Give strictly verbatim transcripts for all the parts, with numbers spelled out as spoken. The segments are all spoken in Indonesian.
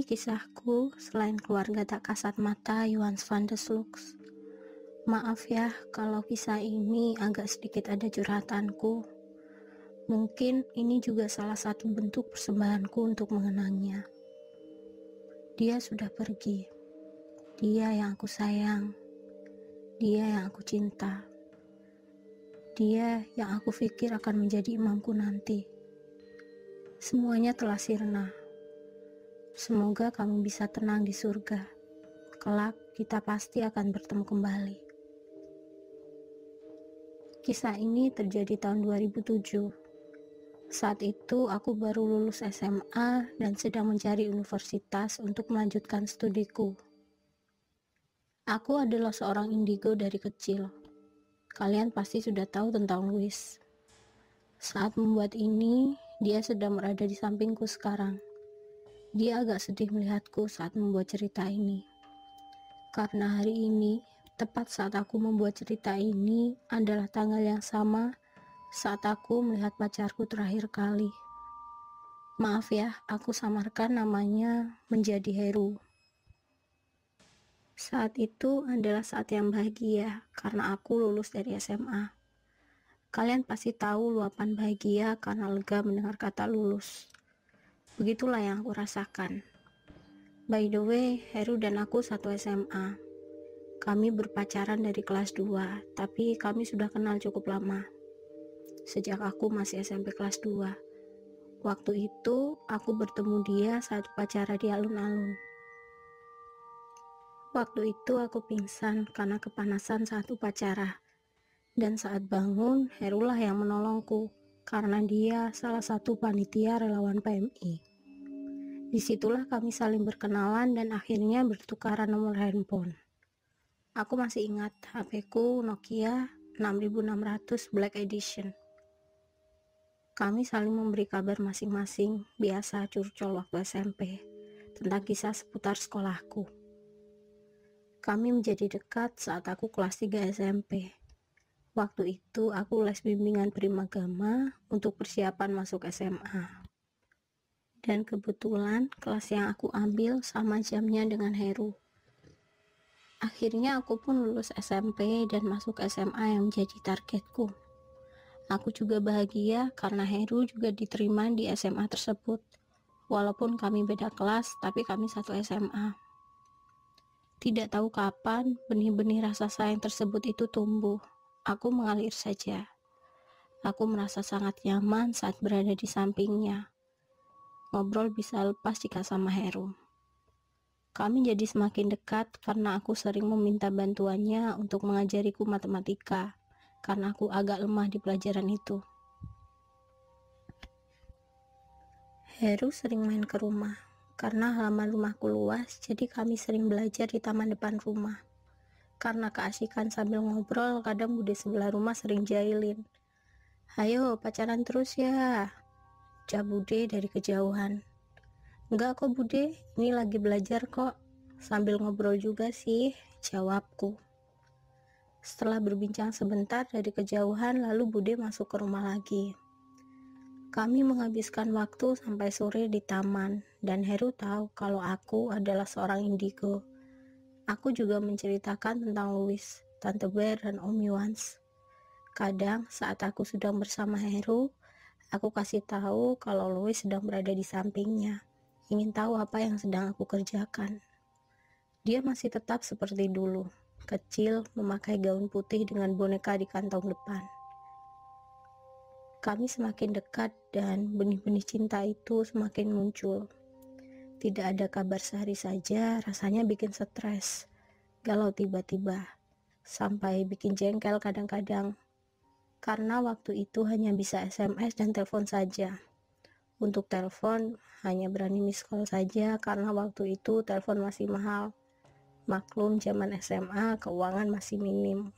kisahku selain keluarga tak kasat mata Johannes van der Sloot. Maaf ya kalau kisah ini agak sedikit ada curhatanku. Mungkin ini juga salah satu bentuk persembahanku untuk mengenangnya. Dia sudah pergi. Dia yang aku sayang. Dia yang aku cinta. Dia yang aku pikir akan menjadi imamku nanti. Semuanya telah sirna. Semoga kamu bisa tenang di surga. Kelak kita pasti akan bertemu kembali. Kisah ini terjadi tahun dua ribu tujuh. Saat itu aku baru lulus S M A dan sedang mencari universitas untuk melanjutkan studiku. Aku adalah seorang indigo dari kecil. Kalian pasti sudah tahu tentang Louis. Saat membuat ini, dia sedang berada di sampingku sekarang. Dia agak sedih melihatku saat membuat cerita ini. Karena hari ini, tepat saat aku membuat cerita ini adalah tanggal yang sama saat aku melihat pacarku terakhir kali. Maaf ya, aku samarkan namanya menjadi Heru. Saat itu adalah saat yang bahagia karena aku lulus dari S M A. Kalian pasti tahu luapan bahagia karena lega mendengar kata lulus. Begitulah yang aku rasakan. By the way, Heru dan aku satu S M A. Kami berpacaran dari kelas dua, tapi kami sudah kenal cukup lama. Sejak aku masih S M P kelas dua. Waktu itu, aku bertemu dia saat upacara di alun-alun. Waktu itu aku pingsan karena kepanasan saat upacara. Dan saat bangun, Herulah yang menolongku, karena dia salah satu panitia relawan P M I. Disitulah kami saling berkenalan dan akhirnya bertukaran nomor handphone. Aku masih ingat H P-ku Nokia enam ribu enam ratus Black Edition. Kami saling memberi kabar masing-masing, biasa curcol waktu S M P, tentang kisah seputar sekolahku. Kami menjadi dekat saat aku kelas tiga S M P. Waktu itu aku les bimbingan Primagama untuk persiapan masuk S M A. Dan kebetulan kelas yang aku ambil sama jamnya dengan Heru. Akhirnya aku pun lulus S M P dan masuk S M A yang menjadi targetku. Aku juga bahagia karena Heru juga diterima di S M A tersebut. Walaupun kami beda kelas, tapi kami satu S M A. Tidak tahu kapan benih-benih rasa sayang tersebut itu tumbuh. Aku mengalir saja. Aku merasa sangat nyaman saat berada di sampingnya. Ngobrol bisa lepas jika sama Heru. Kami jadi semakin dekat karena aku sering meminta bantuannya untuk mengajariku matematika, karena aku agak lemah di pelajaran itu. Heru sering main ke rumah, karena halaman rumahku luas, jadi kami sering belajar di taman depan rumah. Karena keasikan sambil ngobrol, kadang bude sebelah rumah sering jahilin. "Hayo pacaran terus ya," ucap bude dari kejauhan. "Enggak kok bude, ini lagi belajar kok." Sambil ngobrol juga sih, jawabku. Setelah berbincang sebentar dari kejauhan, lalu bude masuk ke rumah lagi. Kami menghabiskan waktu sampai sore di taman, dan Heru tahu kalau aku adalah seorang indigo. Aku juga menceritakan tentang Louis, Tante Bear, dan Om Johannes. Kadang saat aku sedang bersama Heru, aku kasih tahu kalau Louis sedang berada di sampingnya, ingin tahu apa yang sedang aku kerjakan. Dia masih tetap seperti dulu, kecil, memakai gaun putih dengan boneka di kantong depan. Kami semakin dekat dan benih-benih cinta itu semakin muncul. Tidak ada kabar sehari saja, rasanya bikin stres, galau tiba-tiba, sampai bikin jengkel kadang-kadang. Karena waktu itu hanya bisa S M S dan telepon saja. Untuk telepon hanya berani miss call saja karena waktu itu telepon masih mahal. Maklum zaman S M A keuangan masih minim.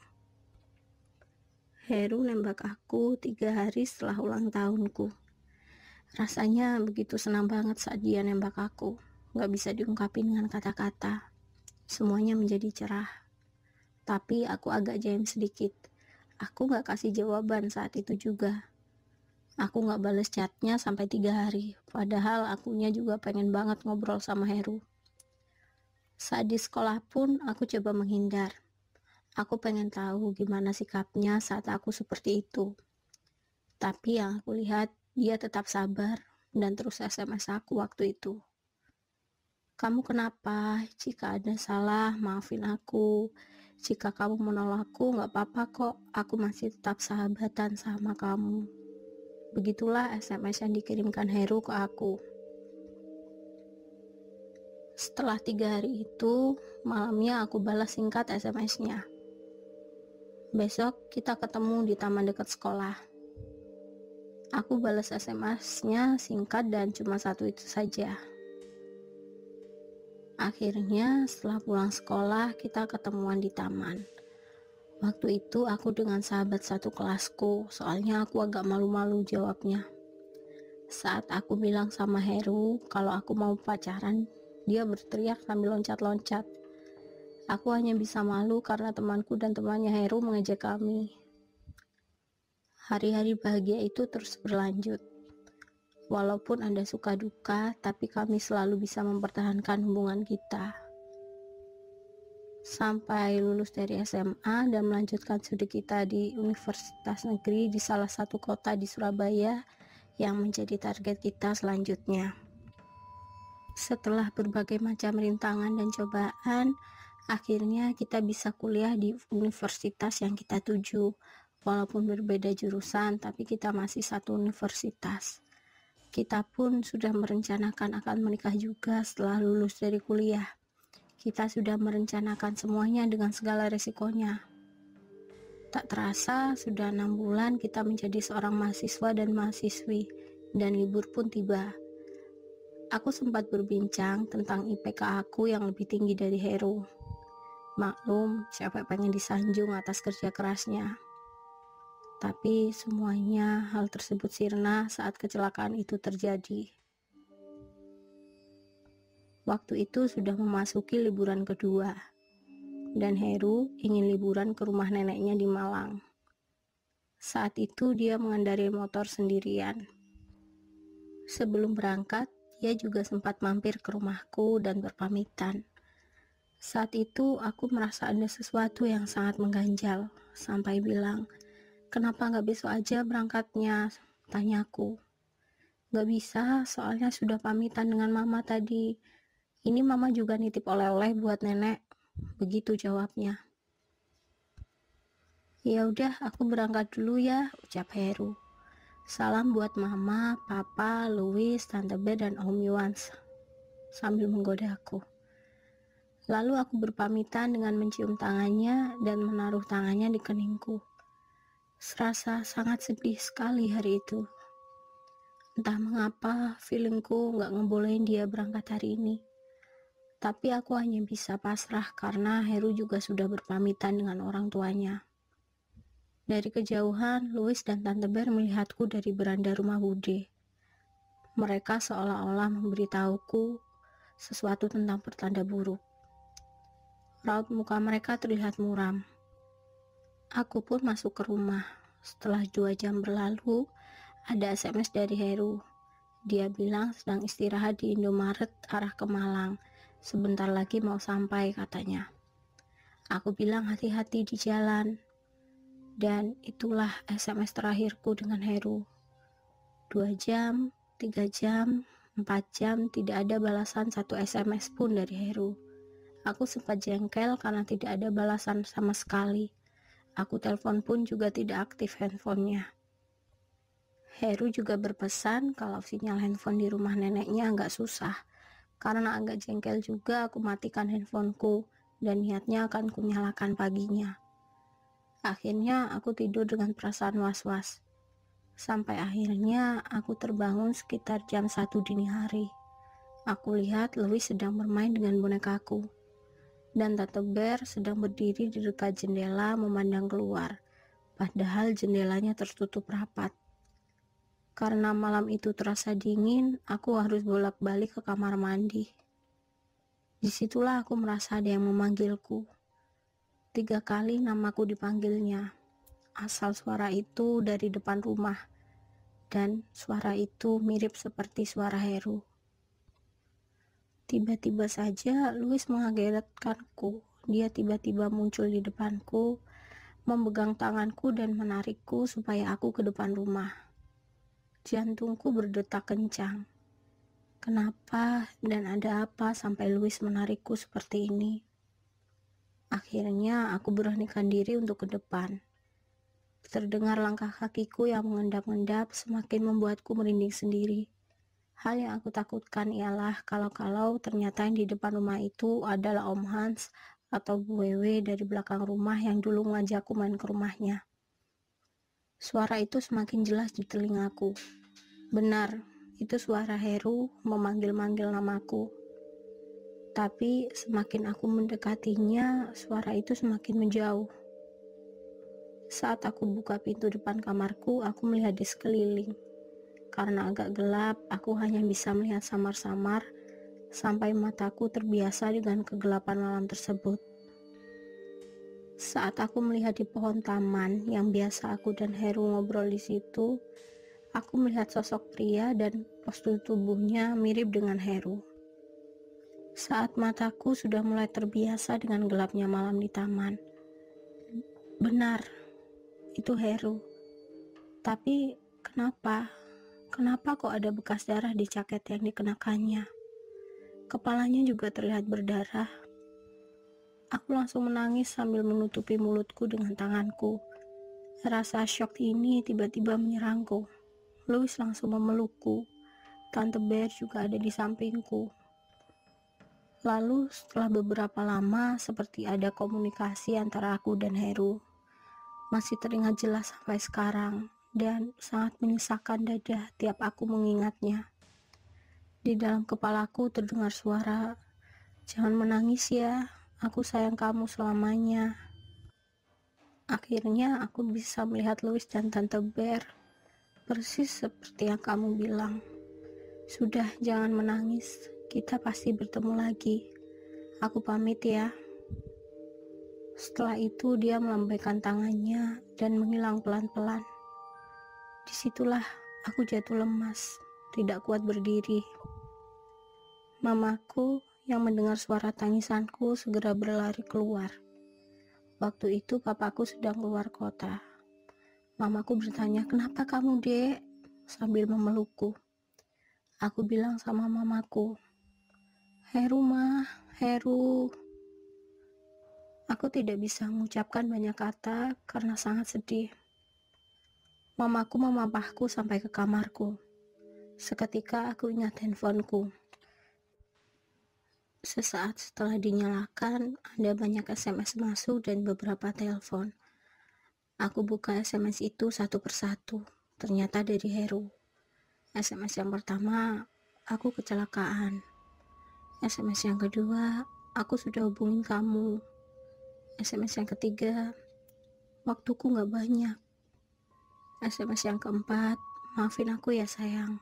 Heru nembak aku tiga hari setelah ulang tahunku. Rasanya begitu senang banget saat dia nembak aku. Gak bisa diungkapin dengan kata-kata. Semuanya menjadi cerah. Tapi aku agak jaim sedikit. Aku gak kasih jawaban saat itu juga. Aku gak bales chatnya sampai tiga hari, padahal akunya juga pengen banget ngobrol sama Heru. Saat di sekolah pun aku coba menghindar. Aku pengen tahu gimana sikapnya saat aku seperti itu. Tapi yang aku lihat, dia tetap sabar dan terus S M S aku waktu itu. Kamu kenapa? Jika ada salah, maafin aku. Jika kamu menolakku, gak apa-apa kok. Aku masih tetap sahabatan sama kamu. Begitulah S M S yang dikirimkan Heru ke aku. Setelah tiga hari itu, malamnya aku balas singkat S M S-nya. Besok kita ketemu di taman dekat sekolah. Aku balas S M S-nya singkat dan cuma satu itu saja. Akhirnya setelah pulang sekolah kita ketemuan di taman. Waktu itu aku dengan sahabat satu kelasku, soalnya aku agak malu-malu jawabnya. Saat aku bilang sama Heru kalau aku mau pacaran, dia berteriak sambil loncat-loncat. Aku hanya bisa malu karena temanku dan temannya Heru mengejek kami. Hari-hari bahagia itu terus berlanjut. Walaupun ada suka duka, tapi kami selalu bisa mempertahankan hubungan kita. Sampai lulus dari S M A dan melanjutkan studi kita di universitas negeri di salah satu kota di Surabaya yang menjadi target kita selanjutnya. Setelah berbagai macam rintangan dan cobaan, akhirnya kita bisa kuliah di universitas yang kita tuju. Walaupun berbeda jurusan, tapi kita masih satu universitas. Kita pun sudah merencanakan akan menikah juga setelah lulus dari kuliah. Kita sudah merencanakan semuanya dengan segala resikonya. Tak terasa, sudah enam bulan kita menjadi seorang mahasiswa dan mahasiswi, dan libur pun tiba. Aku sempat berbincang tentang I P K aku yang lebih tinggi dari Heru. Maklum, siapa pengen disanjung atas kerja kerasnya. Tapi semuanya hal tersebut sirna saat kecelakaan itu terjadi. Waktu itu sudah memasuki liburan kedua, dan Heru ingin liburan ke rumah neneknya di Malang. Saat itu dia mengendarai motor sendirian. Sebelum berangkat, dia juga sempat mampir ke rumahku dan berpamitan. Saat itu aku merasa ada sesuatu yang sangat mengganjal, sampai bilang, "Kenapa gak besok aja berangkatnya?" Tanyaku. "Gak bisa, soalnya sudah pamitan dengan mama tadi. Ini mama juga nitip oleh-oleh buat nenek." Begitu jawabnya. "Ya udah, aku berangkat dulu ya," ucap Heru. "Salam buat mama, papa, Louis, tante Ber, dan Om Yuans," sambil menggodaku. Lalu aku berpamitan dengan mencium tangannya dan menaruh tangannya di keningku. Serasa sangat sedih sekali hari itu. Entah mengapa feelingku gak ngebolehin dia berangkat hari ini. Tapi aku hanya bisa pasrah karena Heru juga sudah berpamitan dengan orang tuanya. Dari kejauhan, Louis dan Tante Ber melihatku dari beranda rumah Bude. Mereka seolah-olah memberitahuku sesuatu tentang pertanda buruk. Raut muka mereka terlihat muram. Aku pun masuk ke rumah. Setelah dua jam berlalu, ada S M S dari Heru. Dia bilang sedang istirahat di Indomaret arah ke Malang. Sebentar lagi mau sampai, katanya. Aku bilang hati-hati di jalan. Dan itulah S M S terakhirku dengan Heru. Dua jam, tiga jam, empat jam, tidak ada balasan satu S M S pun dari Heru. Aku sempat jengkel karena tidak ada balasan sama sekali. Aku telepon pun juga tidak aktif handphonenya. Heru juga berpesan kalau sinyal handphone di rumah neneknya agak susah. Karena agak jengkel juga aku matikan handphoneku dan niatnya akan kunyalakan paginya. Akhirnya aku tidur dengan perasaan was-was. Sampai akhirnya aku terbangun sekitar jam satu dini hari. Aku lihat Louis sedang bermain dengan bonekaku. Dan Tante Ber sedang berdiri di dekat jendela memandang keluar, padahal jendelanya tertutup rapat. Karena malam itu terasa dingin, aku harus bolak-balik ke kamar mandi. Disitulah aku merasa ada yang memanggilku. Tiga kali namaku dipanggilnya. Asal suara itu dari depan rumah. dan suara itu mirip seperti suara Heru. Tiba-tiba saja Louis mengagetkanku. Dia tiba-tiba muncul di depanku, memegang tanganku dan menarikku supaya aku ke depan rumah. Jantungku berdetak kencang. Kenapa dan ada apa sampai Louis menarikku seperti ini? Akhirnya aku beranikan diri untuk ke depan. Terdengar langkah kakiku yang mengendap-endap semakin membuatku merinding sendiri. Hal yang aku takutkan ialah kalau-kalau ternyata yang di depan rumah itu adalah Om Hans atau Bu Wewe dari belakang rumah yang dulu ngajakku main ke rumahnya. Suara itu semakin jelas di telingaku. Benar, itu suara Heru memanggil-manggil namaku. Tapi semakin aku mendekatinya, suara itu semakin menjauh. Saat aku buka pintu depan kamarku, aku melihat di sekeliling. Karena agak gelap, aku hanya bisa melihat samar-samar sampai mataku terbiasa dengan kegelapan malam tersebut. Saat aku melihat di pohon taman yang biasa aku dan Heru ngobrol di situ, aku melihat sosok pria dan postur tubuhnya mirip dengan Heru. Saat mataku sudah mulai terbiasa dengan gelapnya malam di taman. Benar, itu Heru. Tapi kenapa? Kenapa kok ada bekas darah di jaket yang dikenakannya? Kepalanya juga terlihat berdarah. Aku langsung menangis sambil menutupi mulutku dengan tanganku. Rasa syok ini tiba-tiba menyerangku. Louis langsung memelukku. Tante Bear juga ada di sampingku. Lalu setelah beberapa lama seperti ada komunikasi antara aku dan Heru. Masih teringat jelas sampai sekarang dan sangat menyesakkan dada tiap aku mengingatnya. Di dalam kepalaku terdengar suara, "Jangan menangis ya, aku sayang kamu selamanya." Akhirnya aku bisa melihat Louis dan Tante Bear, persis seperti yang kamu bilang. Sudah, jangan menangis, kita pasti bertemu lagi. Aku pamit ya. Setelah itu dia melambaikan tangannya dan menghilang pelan-pelan. Disitulah aku jatuh lemas, tidak kuat berdiri. Mamaku yang mendengar suara tangisanku segera berlari keluar. Waktu itu papaku sedang keluar kota. Mamaku bertanya, "Kenapa kamu, Dek?" sambil memelukku. Aku bilang sama mamaku, "Heru mah, Heru." Aku tidak bisa mengucapkan banyak kata karena sangat sedih. Mamaku memapahku sampai ke kamarku. Seketika aku ingat handphoneku. Sesaat setelah dinyalakan, ada banyak S M S masuk dan beberapa telepon. Aku buka S M S itu satu persatu. Ternyata dari Heru. S M S yang pertama, aku kecelakaan. S M S yang kedua, aku sudah hubungin kamu. S M S yang ketiga, waktuku gak banyak. S M S yang keempat, maafin aku ya sayang.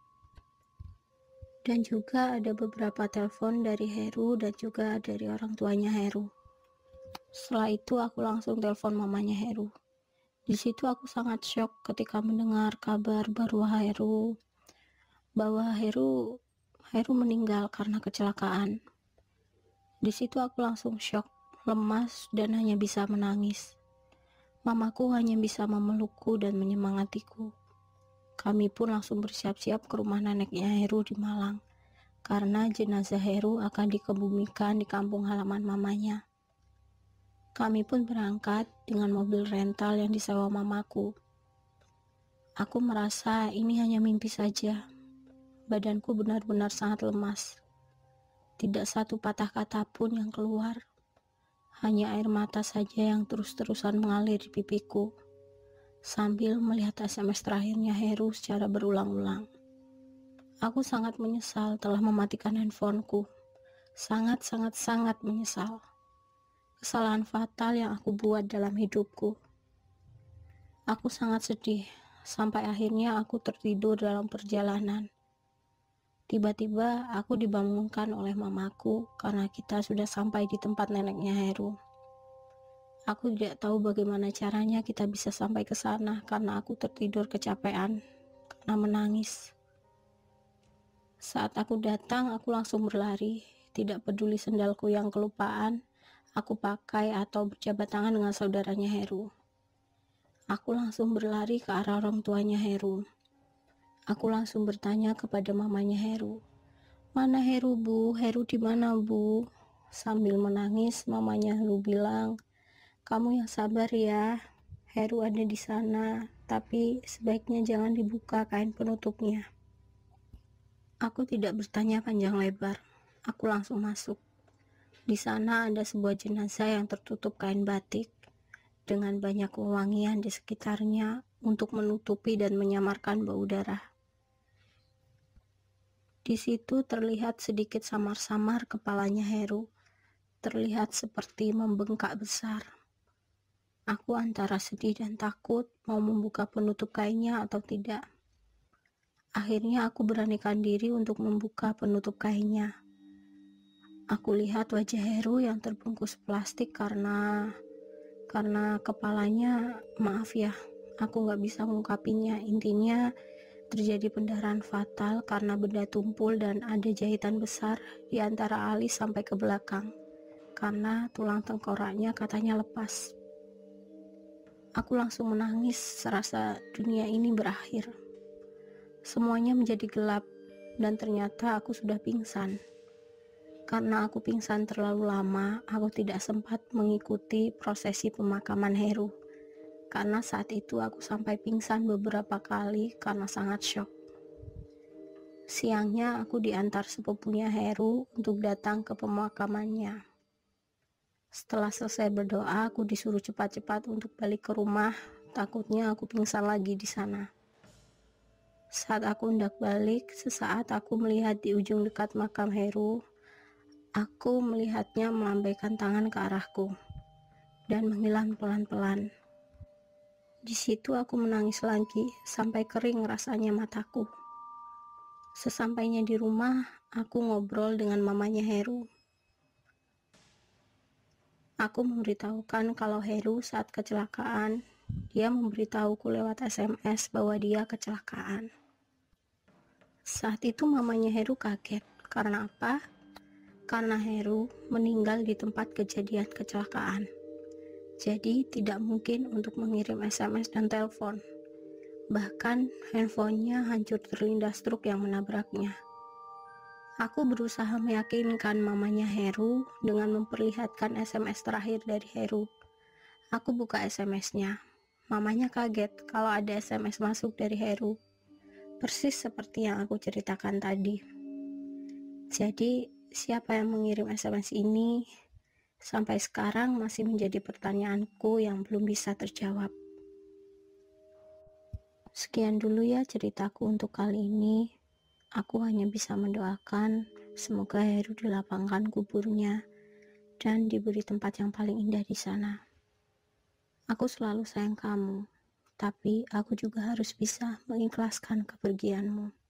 Dan juga ada beberapa telepon dari Heru dan juga dari orang tuanya Heru. Setelah itu aku langsung telepon mamanya Heru. Di situ aku sangat syok ketika mendengar kabar baru Heru bahwa Heru Heru meninggal karena kecelakaan. Di situ aku langsung syok, lemas dan hanya bisa menangis. Mamaku hanya bisa memelukku dan menyemangatiku. Kami pun langsung bersiap-siap ke rumah neneknya Heru di Malang, karena jenazah Heru akan dikebumikan di kampung halaman mamanya. Kami pun berangkat dengan mobil rental yang disewa mamaku. Aku merasa ini hanya mimpi saja. Badanku benar-benar sangat lemas. Tidak satu patah kata pun yang keluar. Hanya air mata saja yang terus-terusan mengalir di pipiku. Sambil melihat S M S terakhirnya Heru secara berulang-ulang. Aku sangat menyesal telah mematikan handphoneku. Sangat-sangat-sangat menyesal. Kesalahan fatal yang aku buat dalam hidupku. Aku sangat sedih, sampai akhirnya aku tertidur dalam perjalanan. Tiba-tiba aku dibangunkan oleh mamaku karena kita sudah sampai di tempat neneknya Heru. Aku tidak tahu bagaimana caranya kita bisa sampai ke sana karena aku tertidur kecapean karena menangis. Saat aku datang, aku langsung berlari, tidak peduli sendalku yang kelupaan, aku pakai atau berjabat tangan dengan saudaranya Heru. Aku langsung berlari ke arah orang tuanya Heru. Aku langsung bertanya kepada mamanya Heru. Mana Heru, Bu? Heru di mana, Bu? Sambil menangis, mamanya Heru bilang, kamu yang sabar ya. Heru ada di sana, tapi sebaiknya jangan dibuka kain penutupnya. Aku tidak bertanya panjang lebar. Aku langsung masuk. Di sana ada sebuah jenazah yang tertutup kain batik dengan banyak wewangian di sekitarnya untuk menutupi dan menyamarkan bau darah. Di situ terlihat sedikit samar-samar kepalanya Heru, terlihat seperti membengkak besar. Aku antara sedih dan takut mau membuka penutup kainnya atau tidak. Akhirnya aku beranikan diri untuk membuka penutup kainnya. Aku lihat wajah Heru yang terbungkus plastik karena karena kepalanya, maaf ya, aku gak bisa mengungkapinya. Intinya terjadi pendarahan fatal karena benda tumpul dan ada jahitan besar di antara alis sampai ke belakang karena tulang tengkoraknya katanya lepas. Aku langsung menangis, serasa dunia ini berakhir. Semuanya menjadi gelap dan ternyata aku sudah pingsan. Karena aku pingsan terlalu lama, aku tidak sempat mengikuti prosesi pemakaman Heru. Karena saat itu aku sampai pingsan beberapa kali karena sangat syok. Siangnya aku diantar sepupunya Heru untuk datang ke pemakamannya. Setelah selesai berdoa, aku disuruh cepat-cepat untuk balik ke rumah, takutnya aku pingsan lagi di sana. Saat aku hendak balik, sesaat aku melihat di ujung dekat makam Heru, aku melihatnya melambaikan tangan ke arahku dan menghilang pelan-pelan. Di situ aku menangis lagi sampai kering rasanya mataku. Sesampainya di rumah, aku ngobrol dengan mamanya Heru. Aku memberitahukan kalau Heru saat kecelakaan, dia memberitahuku lewat S M S bahwa dia kecelakaan. Saat itu mamanya Heru kaget. Karena apa? Karena Heru meninggal di tempat kejadian kecelakaan. Jadi tidak mungkin untuk mengirim S M S dan telepon. Bahkan handphonenya hancur terlindas truk yang menabraknya. Aku berusaha meyakinkan mamanya Heru dengan memperlihatkan S M S terakhir dari Heru. Aku buka S M S-nya. Mamanya kaget kalau ada S M S masuk dari Heru. Persis seperti yang aku ceritakan tadi. Jadi, siapa yang mengirim S M S ini? Sampai sekarang masih menjadi pertanyaanku yang belum bisa terjawab. Sekian dulu ya ceritaku untuk kali ini. Aku hanya bisa mendoakan semoga Heru dilapangkan kuburnya dan diberi tempat yang paling indah di sana. Aku selalu sayang kamu, tapi aku juga harus bisa mengikhlaskan kepergianmu.